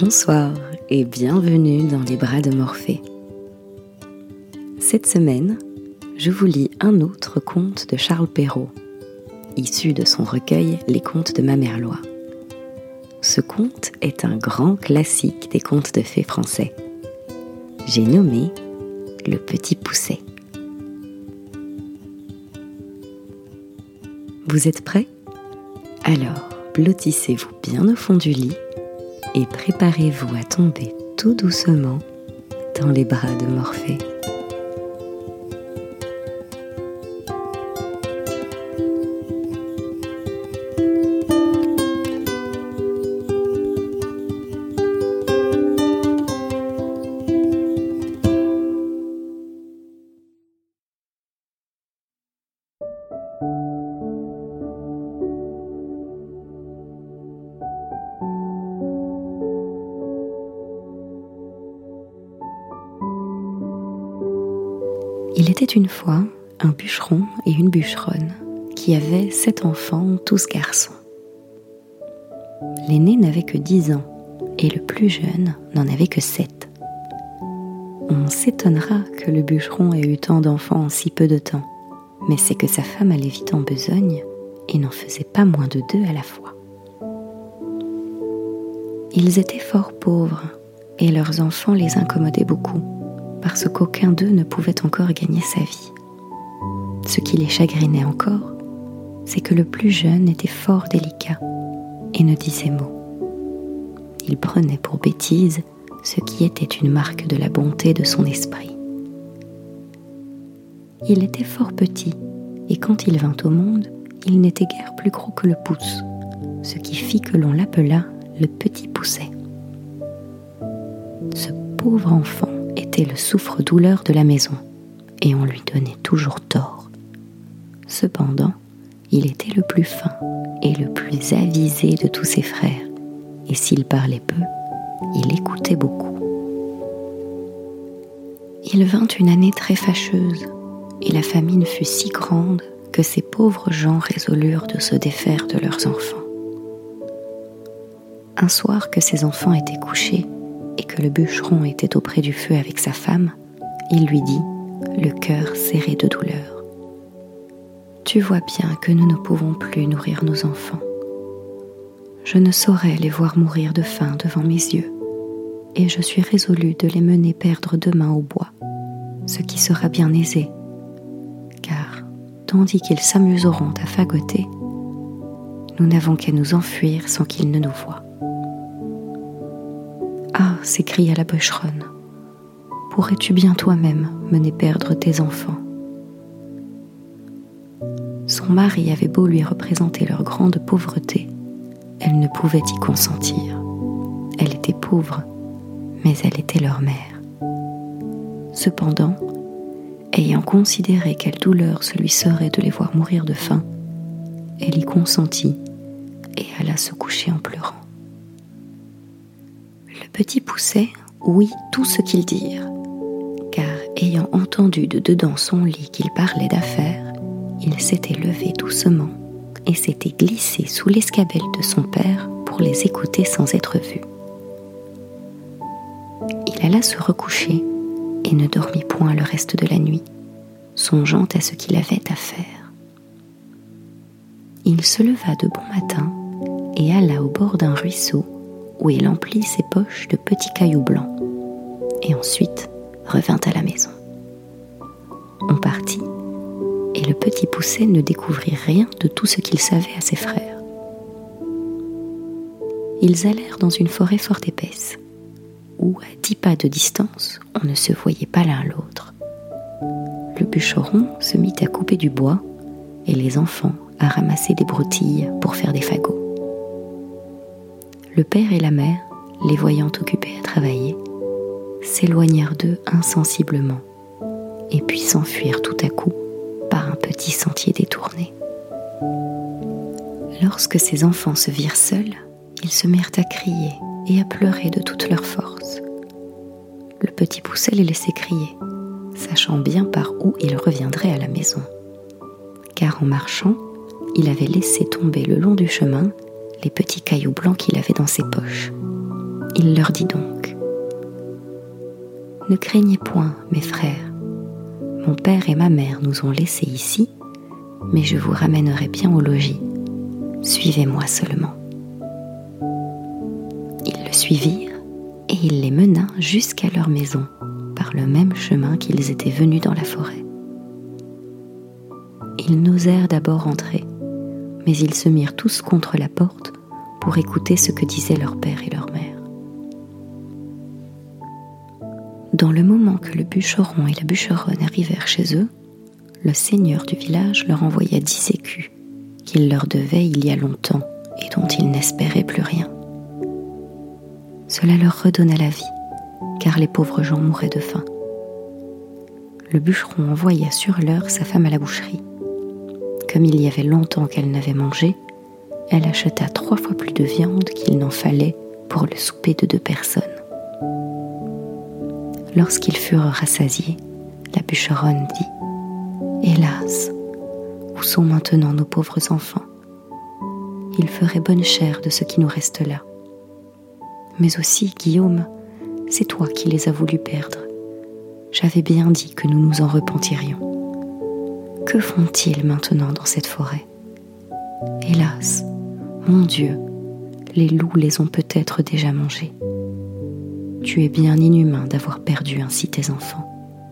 Bonsoir et bienvenue dans les bras de Morphée. Cette semaine, je vous lis un autre conte de Charles Perrault, issu de son recueil Les Contes de ma mère Loi. Ce conte est un grand classique des contes de fées français. J'ai nommé Le Petit Poucet. Vous êtes prêts ? Alors, blottissez-vous bien au fond du lit et préparez-vous à tomber tout doucement dans les bras de Morphée. Il était une fois un bûcheron et une bûcheronne qui avaient 7 enfants, tous garçons. L'aîné n'avait que 10 ans et le plus jeune n'en avait que 7. On s'étonnera que le bûcheron ait eu tant d'enfants en si peu de temps, mais c'est que sa femme allait vite en besogne et n'en faisait pas moins de 2 à la fois. Ils étaient fort pauvres et leurs enfants les incommodaient beaucoup, parce qu'aucun d'eux ne pouvait encore gagner sa vie. Ce qui les chagrinait encore, c'est que le plus jeune était fort délicat et ne disait mot. Il prenait pour bêtise ce qui était une marque de la bonté de son esprit. Il était fort petit, et quand il vint au monde, il n'était guère plus gros que le pouce, ce qui fit que l'on l'appela le Petit Poucet. Ce pauvre enfant était le souffre-douleur de la maison, et on lui donnait toujours tort. Cependant, il était le plus fin et le plus avisé de tous ses frères, et s'il parlait peu, il écoutait beaucoup. Il vint une année très fâcheuse, et la famine fut si grande que ces pauvres gens résolurent de se défaire de leurs enfants. Un soir que ses enfants étaient couchés, et que le bûcheron était auprès du feu avec sa femme, il lui dit, le cœur serré de douleur: « Tu vois bien que nous ne pouvons plus nourrir nos enfants. Je ne saurais les voir mourir de faim devant mes yeux, et je suis résolu de les mener perdre demain au bois, ce qui sera bien aisé, car, tandis qu'ils s'amuseront à fagoter, nous n'avons qu'à nous enfuir sans qu'ils ne nous voient. » « Ah !» s'écria la bûcheronne, « pourrais-tu bien toi-même mener perdre tes enfants ?» Son mari avait beau lui représenter leur grande pauvreté, elle ne pouvait y consentir. Elle était pauvre, mais elle était leur mère. Cependant, ayant considéré quelle douleur ce lui serait de les voir mourir de faim, elle y consentit et alla se coucher en pleurant. Le Petit Poucet ouït tout ce qu'ils dirent, car ayant entendu de dedans son lit qu'ils parlaient d'affaires, il s'était levé doucement et s'était glissé sous l'escabelle de son père pour les écouter sans être vu. Il alla se recoucher et ne dormit point le reste de la nuit, songeant à ce qu'il avait à faire. Il se leva de bon matin et alla au bord d'un ruisseau où il emplit ses poches de petits cailloux blancs, et ensuite revint à la maison. On partit, et le Petit Poucet ne découvrit rien de tout ce qu'il savait à ses frères. Ils allèrent dans une forêt fort épaisse, où à 10 pas de distance, on ne se voyait pas l'un l'autre. Le bûcheron se mit à couper du bois, et les enfants à ramasser des broutilles pour faire des fagots. Le père et la mère, les voyant occupés à travailler, s'éloignèrent d'eux insensiblement, et puis s'enfuirent tout à coup par un petit sentier détourné. Lorsque ces enfants se virent seuls, ils se mirent à crier et à pleurer de toute leur force. Le Petit Poucet les laissait crier, sachant bien par où il reviendrait à la maison, car en marchant, il avait laissé tomber le long du chemin les petits cailloux blancs qu'il avait dans ses poches. Il leur dit donc : Ne craignez point, mes frères. Mon père et ma mère nous ont laissés ici, mais je vous ramènerai bien au logis. Suivez-moi seulement. Ils le suivirent et il les mena jusqu'à leur maison, par le même chemin qu'ils étaient venus dans la forêt. Ils n'osèrent d'abord entrer, mais ils se mirent tous contre la porte pour écouter ce que disaient leur père et leur mère. Dans le moment que le bûcheron et la bûcheronne arrivèrent chez eux, le seigneur du village leur envoya 10 écus qu'il leur devait il y a longtemps et dont ils n'espéraient plus rien. Cela leur redonna la vie, car les pauvres gens mouraient de faim. Le bûcheron envoya sur l'heure sa femme à la boucherie. Comme il y avait longtemps qu'elle n'avait mangé, elle acheta 3 fois plus de viande qu'il n'en fallait pour le souper de 2 personnes. Lorsqu'ils furent rassasiés, la bûcheronne dit : Hélas, où sont maintenant nos pauvres enfants ? Ils feraient bonne chère de ce qui nous reste là. Mais aussi, Guillaume, c'est toi qui les as voulu perdre. J'avais bien dit que nous nous en repentirions. Que font-ils maintenant dans cette forêt ? Hélas, mon Dieu, les loups les ont peut-être déjà mangés. Tu es bien inhumain d'avoir perdu ainsi tes enfants.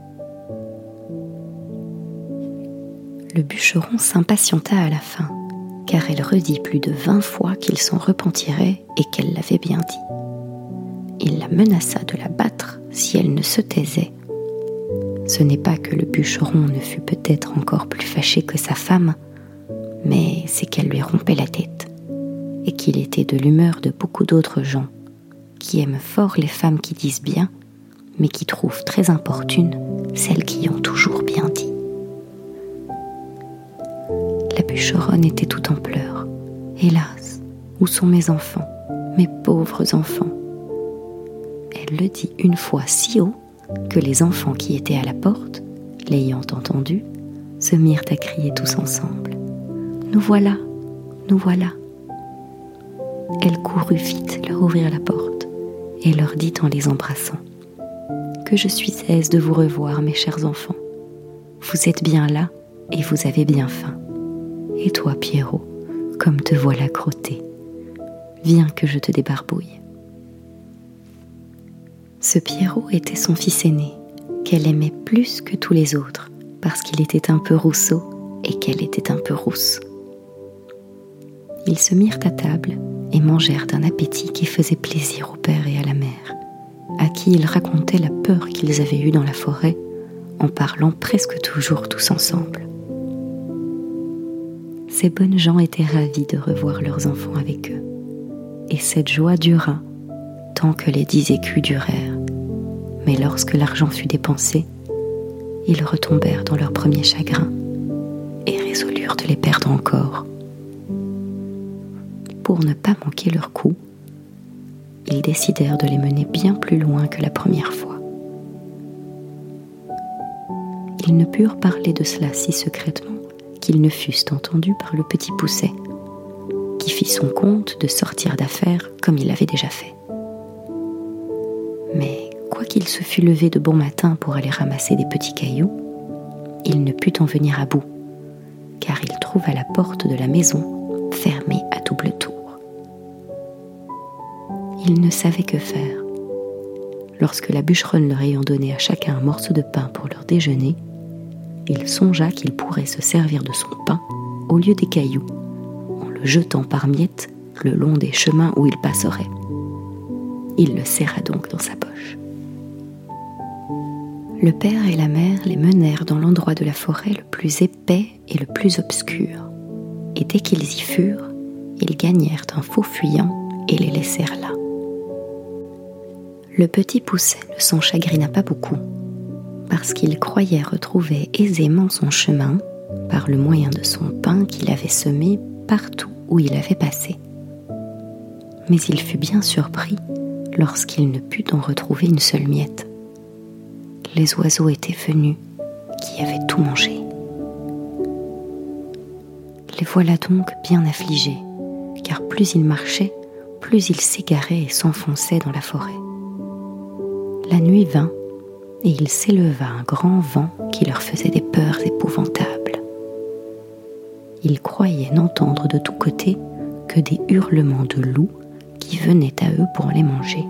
Le bûcheron s'impatienta à la fin, car elle redit plus de 20 fois qu'il s'en repentirait et qu'elle l'avait bien dit. Il la menaça de la battre si elle ne se taisait. Ce n'est pas que le bûcheron ne fût peut-être encore plus fâché que sa femme, mais c'est qu'elle lui rompait la tête, et qu'il était de l'humeur de beaucoup d'autres gens, qui aiment fort les femmes qui disent bien, mais qui trouvent très importunes celles qui ont toujours bien dit. La bûcheronne était tout en pleurs. Hélas, où sont mes enfants, mes pauvres enfants ? Elle le dit une fois si haut que les enfants qui étaient à la porte, l'ayant entendu, se mirent à crier tous ensemble : Nous voilà, nous voilà. Elle courut vite leur ouvrir la porte et leur dit en les embrassant : Que je suis aise de vous revoir, mes chers enfants. Vous êtes bien là et vous avez bien faim. Et toi, Pierrot, comme te voilà crotté, viens que je te débarbouille. Ce Pierrot était son fils aîné, qu'elle aimait plus que tous les autres, parce qu'il était un peu rousseau et qu'elle était un peu rousse. Ils se mirent à table et mangèrent d'un appétit qui faisait plaisir au père et à la mère, à qui ils racontaient la peur qu'ils avaient eue dans la forêt, en parlant presque toujours tous ensemble. Ces bonnes gens étaient ravis de revoir leurs enfants avec eux, et cette joie dura tant que les 10 écus durèrent. Mais lorsque l'argent fut dépensé, ils retombèrent dans leur premier chagrin et résolurent de les perdre encore. Pour ne pas manquer leur coup, ils décidèrent de les mener bien plus loin que la première fois. Ils ne purent parler de cela si secrètement qu'ils ne fussent entendus par le petit Pousset, qui fit son compte de sortir d'affaires comme il l'avait déjà fait. Mais quoiqu'il se fût levé de bon matin pour aller ramasser des petits cailloux, il ne put en venir à bout, car il trouva la porte de la maison fermée à double tour. Il ne savait que faire. Lorsque la bûcheronne leur ayant donné à chacun un morceau de pain pour leur déjeuner, il songea qu'il pourrait se servir de son pain au lieu des cailloux, en le jetant par miettes le long des chemins où il passerait. Il le serra donc dans sa poche. Le père et la mère les menèrent dans l'endroit de la forêt le plus épais et le plus obscur, et dès qu'ils y furent, ils gagnèrent un faux fuyant et les laissèrent là. Le petit Pousset ne s'en chagrina pas beaucoup, parce qu'il croyait retrouver aisément son chemin par le moyen de son pain qu'il avait semé partout où il avait passé. Mais il fut bien surpris lorsqu'il ne put en retrouver une seule miette. Les oiseaux étaient venus, qui avaient tout mangé. Les voilà donc bien affligés, car plus ils marchaient, plus plus ils s'égaraient et s'enfonçaient dans la forêt. La nuit vint, et il s'éleva un grand vent qui leur faisait des peurs épouvantables. Ils croyaient n'entendre de tous côtés que des hurlements de loups qui venaient à eux pour les manger.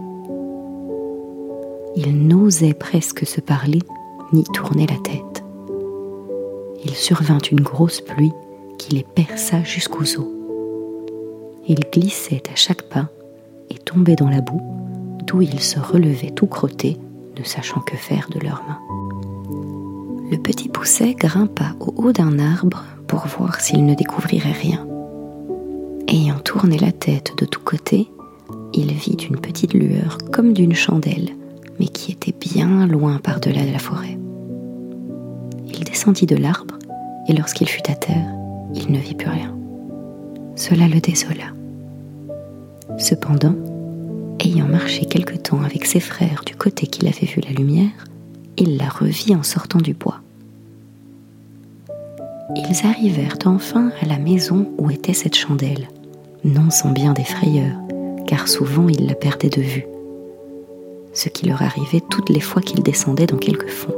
Ils n'osaient presque se parler ni tourner la tête. Il survint une grosse pluie qui les perça jusqu'aux os. Ils glissaient à chaque pas et tombaient dans la boue, d'où ils se relevaient tout crottés, ne sachant que faire de leurs mains. Le petit Pousset grimpa au haut d'un arbre pour voir s'il ne découvrirait rien. Ayant tourné la tête de tous côtés, il vit une petite lueur comme d'une chandelle, mais qui était bien loin par-delà de la forêt. Il descendit de l'arbre, et lorsqu'il fut à terre, il ne vit plus rien. Cela le désola. Cependant, ayant marché quelque temps avec ses frères du côté qu'il avait vu la lumière, il la revit en sortant du bois. Ils arrivèrent enfin à la maison où était cette chandelle, non sans bien des frayeurs, car souvent ils la perdaient de vue, ce qui leur arrivait toutes les fois qu'ils descendaient dans quelque fond.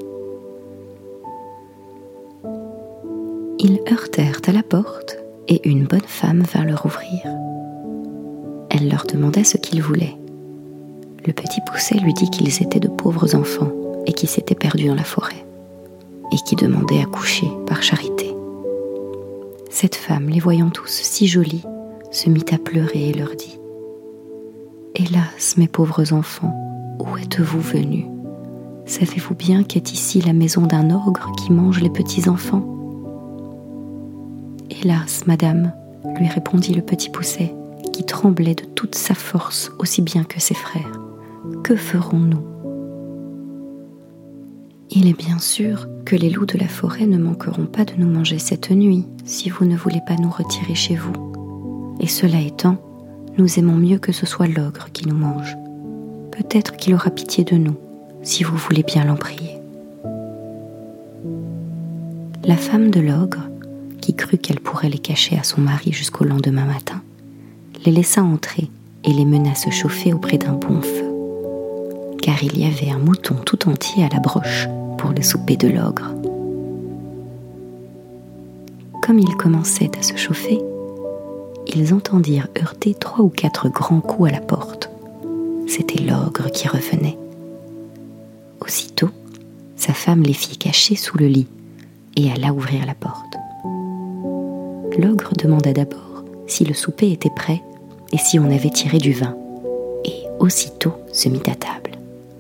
Ils heurtèrent à la porte et une bonne femme vint leur ouvrir. Elle leur demanda ce qu'ils voulaient. Le petit Pousset lui dit qu'ils étaient de pauvres enfants et qui s'étaient perdus dans la forêt et qui demandaient à coucher par charité. Cette femme, les voyant tous si jolis, se mit à pleurer et leur dit : « Hélas, mes pauvres enfants, où êtes-vous venus ? Savez-vous bien qu'est ici la maison d'un ogre qui mange les petits enfants ? » « Hélas, madame, lui répondit le petit Pousset, qui tremblait de toute sa force aussi bien que ses frères. Que ferons-nous ? Il est bien sûr que les loups de la forêt ne manqueront pas de nous manger cette nuit, si vous ne voulez pas nous retirer chez vous. Et cela étant, nous aimons mieux que ce soit l'ogre qui nous mange. Peut-être qu'il aura pitié de nous, si vous voulez bien l'en prier. La femme de l'ogre, qui crut qu'elle pourrait les cacher à son mari jusqu'au lendemain matin, les laissa entrer et les mena se chauffer auprès d'un bon feu, car il y avait un mouton tout entier à la broche pour le souper de l'ogre. Comme ils commençaient à se chauffer, ils entendirent heurter 3 ou 4 grands coups à la porte. C'était l'ogre qui revenait. Aussitôt, sa femme les fit cacher sous le lit et alla ouvrir la porte. L'ogre demanda d'abord si le souper était prêt et si on avait tiré du vin, et aussitôt se mit à table.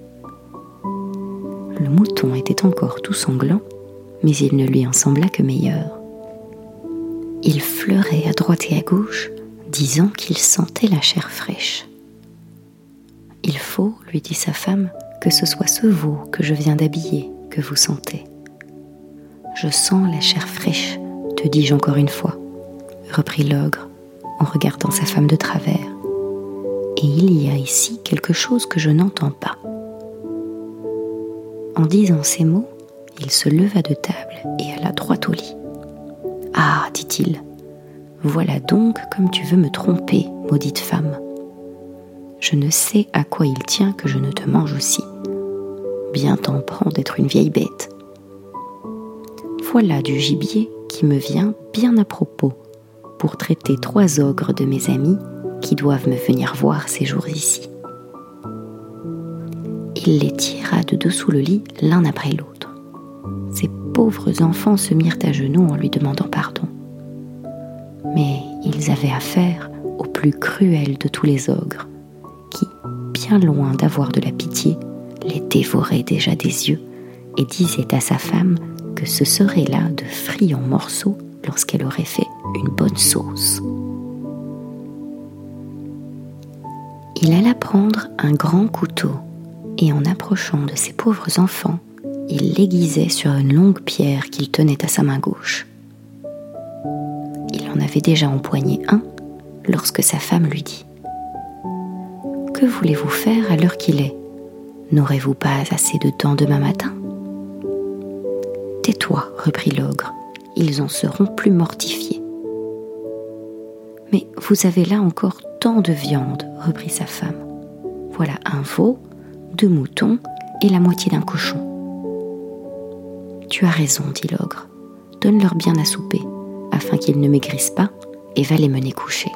Le mouton était encore tout sanglant, mais il ne lui en sembla que meilleur. Il fleurait à droite et à gauche, disant qu'il sentait la chair fraîche. « Il faut, lui dit sa femme, que ce soit ce veau que je viens d'habiller que vous sentez. »« Je sens la chair fraîche, te dis-je encore une fois, » reprit l'ogre en regardant sa femme de travers. « Et il y a ici quelque chose que je n'entends pas. » En disant ces mots, il se leva de table et alla droit au lit. « Ah, dit-il, voilà donc comme tu veux me tromper, maudite femme. Je ne sais à quoi il tient que je ne te mange aussi. Bien t'en prends d'être une vieille bête. Voilà du gibier qui me vient bien à propos pour traiter 3 ogres de mes amis qui doivent me venir voir ces jours ici. » Il les tira de dessous le lit l'un après l'autre. Ces pauvres enfants se mirent à genoux en lui demandant pardon. Mais ils avaient affaire au plus cruel de tous les ogres, qui, bien loin d'avoir de la pitié, les dévorait déjà des yeux et disait à sa femme que ce serait là de friands morceaux lorsqu'elle aurait fait une bonne sauce. Il alla prendre un grand couteau et en approchant de ces pauvres enfants, il l'aiguisait sur une longue pierre qu'il tenait à sa main gauche. Il en avait déjà empoigné un lorsque sa femme lui dit : « Que voulez-vous faire à l'heure qu'il est ? N'aurez-vous pas assez de temps demain matin ? » « Tais-toi, reprit l'ogre, ils en seront plus mortifiés. »« Mais vous avez là encore tant de viande, reprit sa femme. Voilà un veau, 2 moutons et la moitié d'un cochon. Tu as raison, dit l'ogre. Donne-leur bien à souper, afin qu'ils ne maigrissent pas, et va les mener coucher.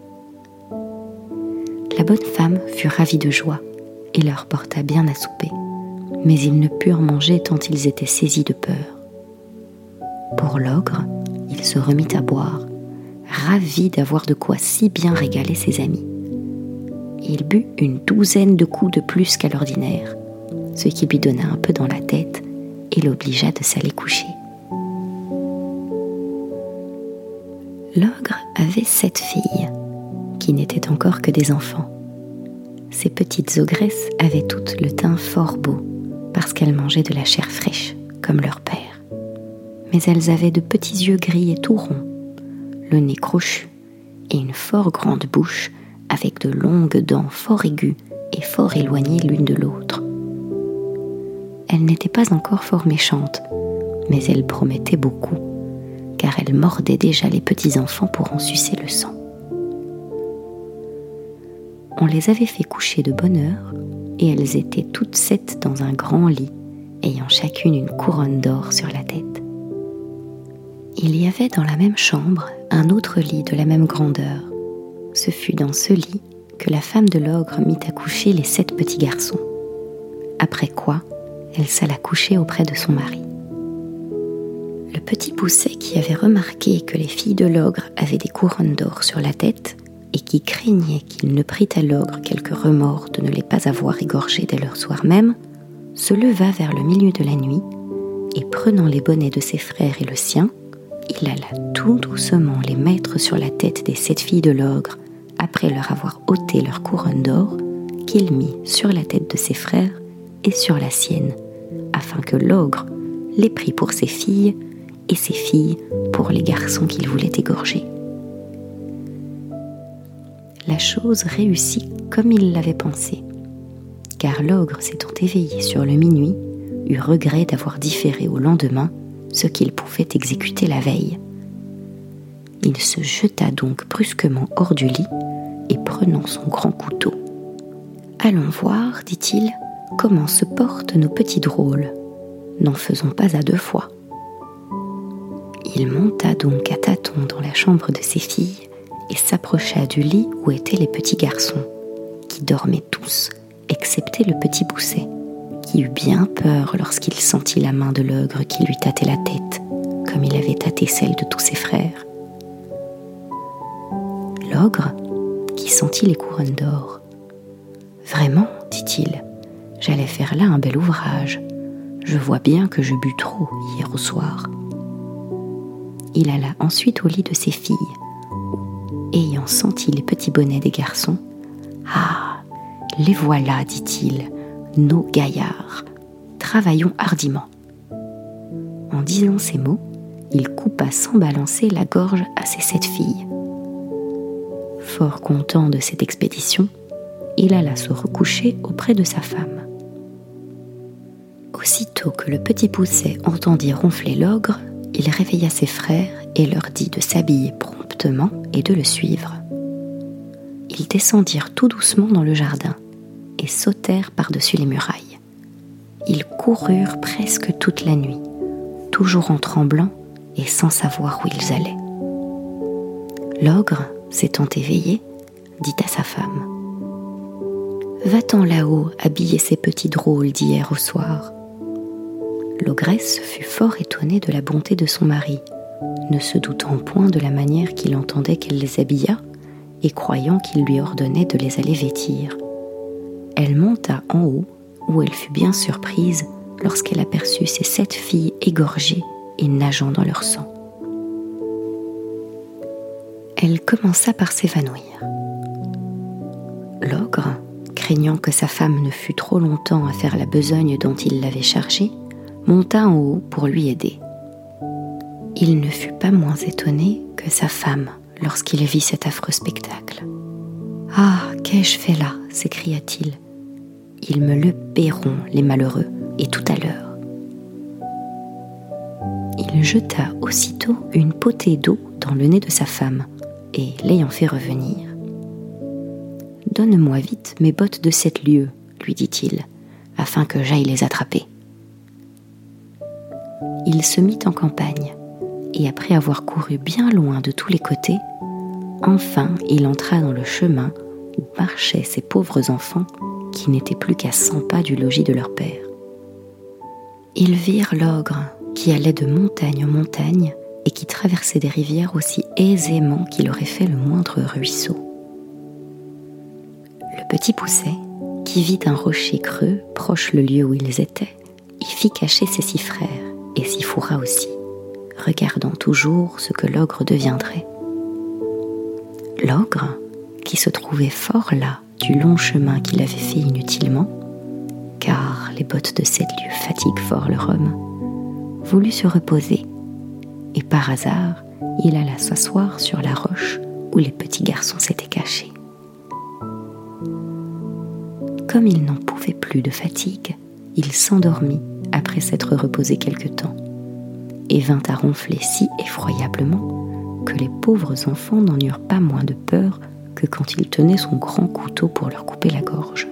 La bonne femme fut ravie de joie et leur porta bien à souper, mais ils ne purent manger tant ils étaient saisis de peur. Pour l'ogre, il se remit à boire, ravi d'avoir de quoi si bien régaler ses amis. Il but une 12aine de coups de plus qu'à l'ordinaire, ce qui lui donna un peu dans la tête et l'obligea de s'aller coucher. L'ogre avait 7 filles, qui n'étaient encore que des enfants. Ces petites ogresses avaient toutes le teint fort beau, parce qu'elles mangeaient de la chair fraîche, comme leur père. Mais elles avaient de petits yeux gris et tout ronds, le nez crochu et une fort grande bouche avec de longues dents fort aiguës et fort éloignées l'une de l'autre. Elles n'étaient pas encore fort méchantes, mais elles promettaient beaucoup, car elles mordaient déjà les petits enfants pour en sucer le sang. On les avait fait coucher de bonne heure, et elles étaient toutes 7 dans un grand lit, ayant chacune une couronne d'or sur la tête. Il y avait dans la même chambre un autre lit de la même grandeur. Ce fut dans ce lit que la femme de l'ogre mit à coucher les 7 petits garçons. Après quoi, elle s'alla coucher auprès de son mari. Le petit Poucet, qui avait remarqué que les filles de l'ogre avaient des couronnes d'or sur la tête et qui craignait qu'il ne prît à l'ogre quelque remords de ne les pas avoir égorgées dès leur soir même, se leva vers le milieu de la nuit et prenant les bonnets de ses frères et le sien, il alla tout doucement les mettre sur la tête des 7 filles de l'ogre, après leur avoir ôté leur couronne d'or, qu'il mit sur la tête de ses frères et sur la sienne, afin que l'ogre les prît pour ses filles et ses filles pour les garçons qu'il voulait égorger. La chose réussit comme il l'avait pensé, car l'ogre, s'étant éveillé sur le minuit, eut regret d'avoir différé au lendemain ce qu'il pouvait exécuter la veille. Il se jeta donc brusquement hors du lit et prenant son grand couteau. « Allons voir, dit-il, comment se portent nos petits drôles. N'en faisons pas à 2 fois. » Il monta donc à tâtons dans la chambre de ses filles et s'approcha du lit où étaient les petits garçons, qui dormaient tous, excepté le petit Poucet, qui eut bien peur lorsqu'il sentit la main de l'ogre qui lui tâtait la tête, comme il avait tâté celle de tous ses frères. L'ogre, qui sentit les couronnes d'or. « Vraiment, dit-il, j'allais faire là un bel ouvrage. Je vois bien que je bus trop hier au soir. » Il alla ensuite au lit de ses filles, où, ayant senti les petits bonnets des garçons, « Ah, les voilà, dit-il, nos gaillards. Travaillons hardiment. » En disant ces mots, il coupa sans balancer la gorge à ses 7 filles. Fort content de cette expédition, il alla se recoucher auprès de sa femme. Aussitôt que le petit Poucet entendit ronfler l'ogre, il réveilla ses frères et leur dit de s'habiller promptement et de le suivre. Ils descendirent tout doucement dans le jardin et sautèrent par-dessus les murailles. Ils coururent presque toute la nuit, toujours en tremblant et sans savoir où ils allaient. L'ogre, s'étant éveillé, dit à sa femme : « Va-t'en là-haut habiller ces petits drôles d'hier au soir. » L'ogresse fut fort étonnée de la bonté de son mari, ne se doutant point de la manière qu'il entendait qu'elle les habillât et croyant qu'il lui ordonnait de les aller vêtir. Elle monta en haut, où elle fut bien surprise lorsqu'elle aperçut ses 7 filles égorgées et nageant dans leur sang. Elle commença par s'évanouir. L'ogre, craignant que sa femme ne fût trop longtemps à faire la besogne dont il l'avait chargée, monta en haut pour lui aider. Il ne fut pas moins étonné que sa femme lorsqu'il vit cet affreux spectacle. « Ah, qu'ai-je fait là ?» s'écria-t-il. « Ils me le paieront, les malheureux, et tout à l'heure. » Il jeta aussitôt une potée d'eau dans le nez de sa femme, et l'ayant fait revenir, « Donne-moi vite mes bottes de 7 lieues, lui dit-il, afin que j'aille les attraper. » Il se mit en campagne, et après avoir couru bien loin de tous les côtés, enfin il entra dans le chemin où marchaient ces pauvres enfants qui n'étaient plus qu'à 100 pas du logis de leur père. Ils virent l'ogre qui allait de montagne en montagne et qui traversait des rivières aussi aisément qu'il aurait fait le moindre ruisseau. Le petit Poucet, qui vit un rocher creux proche le lieu où ils étaient, y fit cacher ses 6 frères et s'y fourra aussi, regardant toujours ce que l'ogre deviendrait. L'ogre, qui se trouvait fort las du long chemin qu'il avait fait inutilement, car les bottes de 7 lieues fatiguent fort leur homme, voulut se reposer, et par hasard, il alla s'asseoir sur la roche où les petits garçons s'étaient cachés. Comme il n'en pouvait plus de fatigue, il s'endormit après s'être reposé quelque temps, et vint à ronfler si effroyablement que les pauvres enfants n'en eurent pas moins de peur que quand il tenait son grand couteau pour leur couper la gorge.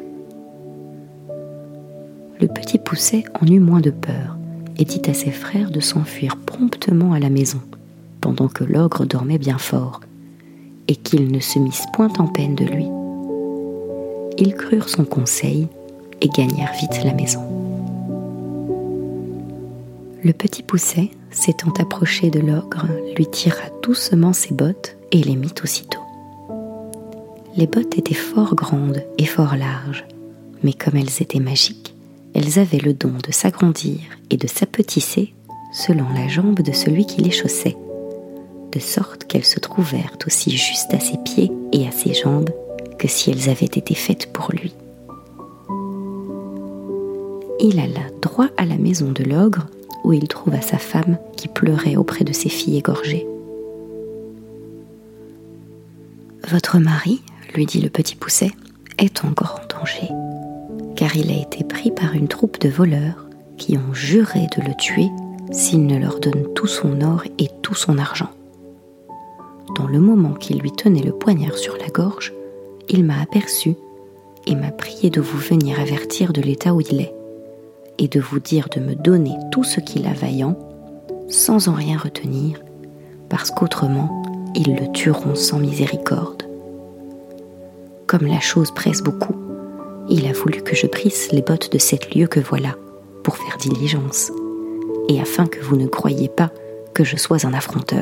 Le petit Poucet en eut moins de peur et dit à ses frères de s'enfuir promptement à la maison, pendant que l'ogre dormait bien fort, et qu'ils ne se missent point en peine de lui. Ils crurent son conseil et gagnèrent vite la maison. Le petit Poucet, s'étant approché de l'ogre, lui tira doucement ses bottes et les mit aussitôt. Les bottes étaient fort grandes et fort larges, mais comme elles étaient magiques, elles avaient le don de s'agrandir et de s'apetisser selon la jambe de celui qui les chaussait, de sorte qu'elles se trouvèrent aussi juste à ses pieds et à ses jambes que si elles avaient été faites pour lui. Il alla droit à la maison de l'ogre, où il trouva sa femme qui pleurait auprès de ses filles égorgées. « Votre mari, lui dit le petit Poucet, est en grand danger, car il a été pris par une troupe de voleurs qui ont juré de le tuer s'il ne leur donne tout son or et tout son argent. Dans le moment qu'il lui tenait le poignard sur la gorge, il m'a aperçu et m'a prié de vous venir avertir de l'état où il est, et de vous dire de me donner tout ce qu'il a vaillant, sans en rien retenir, parce qu'autrement, ils le tueront sans miséricorde. Comme la chose presse beaucoup, il a voulu que je prisse les bottes de 7 lieues que voilà, pour faire diligence, et afin que vous ne croyiez pas que je sois un affronteur. »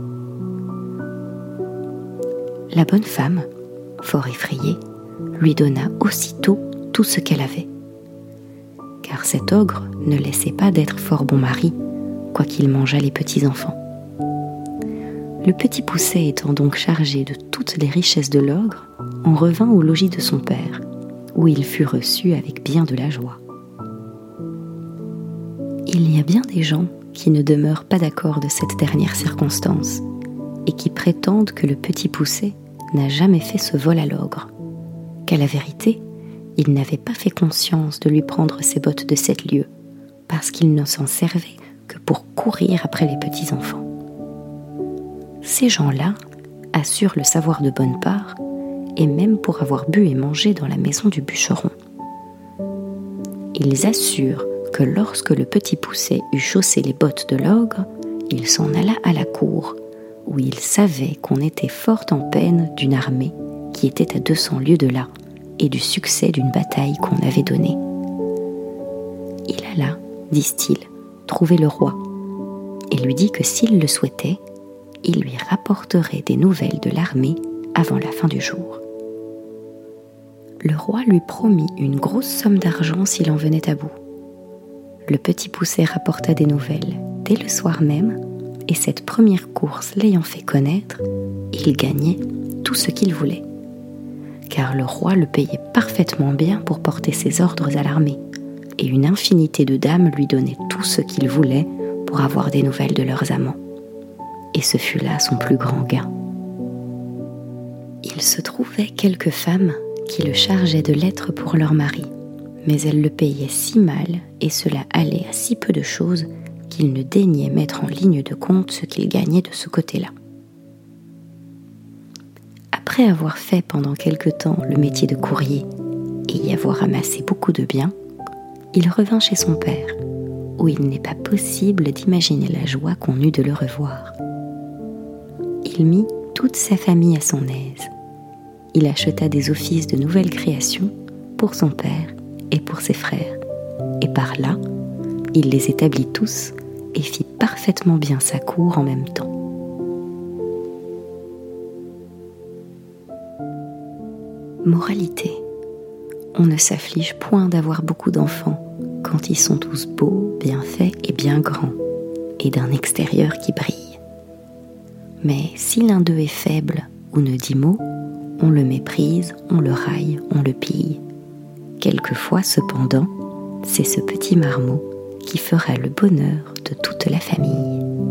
La bonne femme, fort effrayée, lui donna aussitôt tout ce qu'elle avait. Car cet ogre ne laissait pas d'être fort bon mari, quoiqu'il mangeât les petits-enfants. Le petit Poucet étant donc chargé de toutes les richesses de l'ogre, en revint au logis de son père, où il fut reçu avec bien de la joie. Il y a bien des gens qui ne demeurent pas d'accord de cette dernière circonstance, et qui prétendent que le petit Poucet n'a jamais fait ce vol à l'ogre, qu'à la vérité, il n'avait pas fait conscience de lui prendre ses bottes de 7 lieues, parce qu'il ne s'en servait que pour courir après les petits-enfants. Ces gens-là assurent le savoir de bonne part, et même pour avoir bu et mangé dans la maison du bûcheron. Ils assurent que lorsque le petit Poucet eut chaussé les bottes de l'ogre, il s'en alla à la cour, où il savait qu'on était fort en peine d'une armée qui était à 200 lieues de là, et du succès d'une bataille qu'on avait donnée. Il alla, disent-ils, trouver le roi, et lui dit que s'il le souhaitait, il lui rapporterait des nouvelles de l'armée avant la fin du jour. Le roi lui promit une grosse somme d'argent s'il en venait à bout. Le petit Poucet rapporta des nouvelles dès le soir même, et cette première course l'ayant fait connaître, il gagnait tout ce qu'il voulait, car le roi le payait parfaitement bien pour porter ses ordres à l'armée, et une infinité de dames lui donnaient tout ce qu'il voulait pour avoir des nouvelles de leurs amants. Et ce fut là son plus grand gain. Il se trouvait quelques femmes qui le chargeaient de lettres pour leur mari, mais elles le payaient si mal, et cela allait à si peu de choses, qu'il ne daignait mettre en ligne de compte ce qu'il gagnait de ce côté-là. Après avoir fait pendant quelque temps le métier de courrier et y avoir amassé beaucoup de biens, il revint chez son père, où il n'est pas possible d'imaginer la joie qu'on eut de le revoir. Il mit toute sa famille à son aise. Il acheta des offices de nouvelles créations pour son père et pour ses frères, et par là, il les établit tous et fit parfaitement bien sa cour en même temps. Moralité: on ne s'afflige point d'avoir beaucoup d'enfants quand ils sont tous beaux, bien faits et bien grands, et d'un extérieur qui brille. Mais si l'un d'eux est faible ou ne dit mot, on le méprise, on le raille, on le pille. Quelquefois, cependant, c'est ce petit marmot qui fera le bonheur de toute la famille.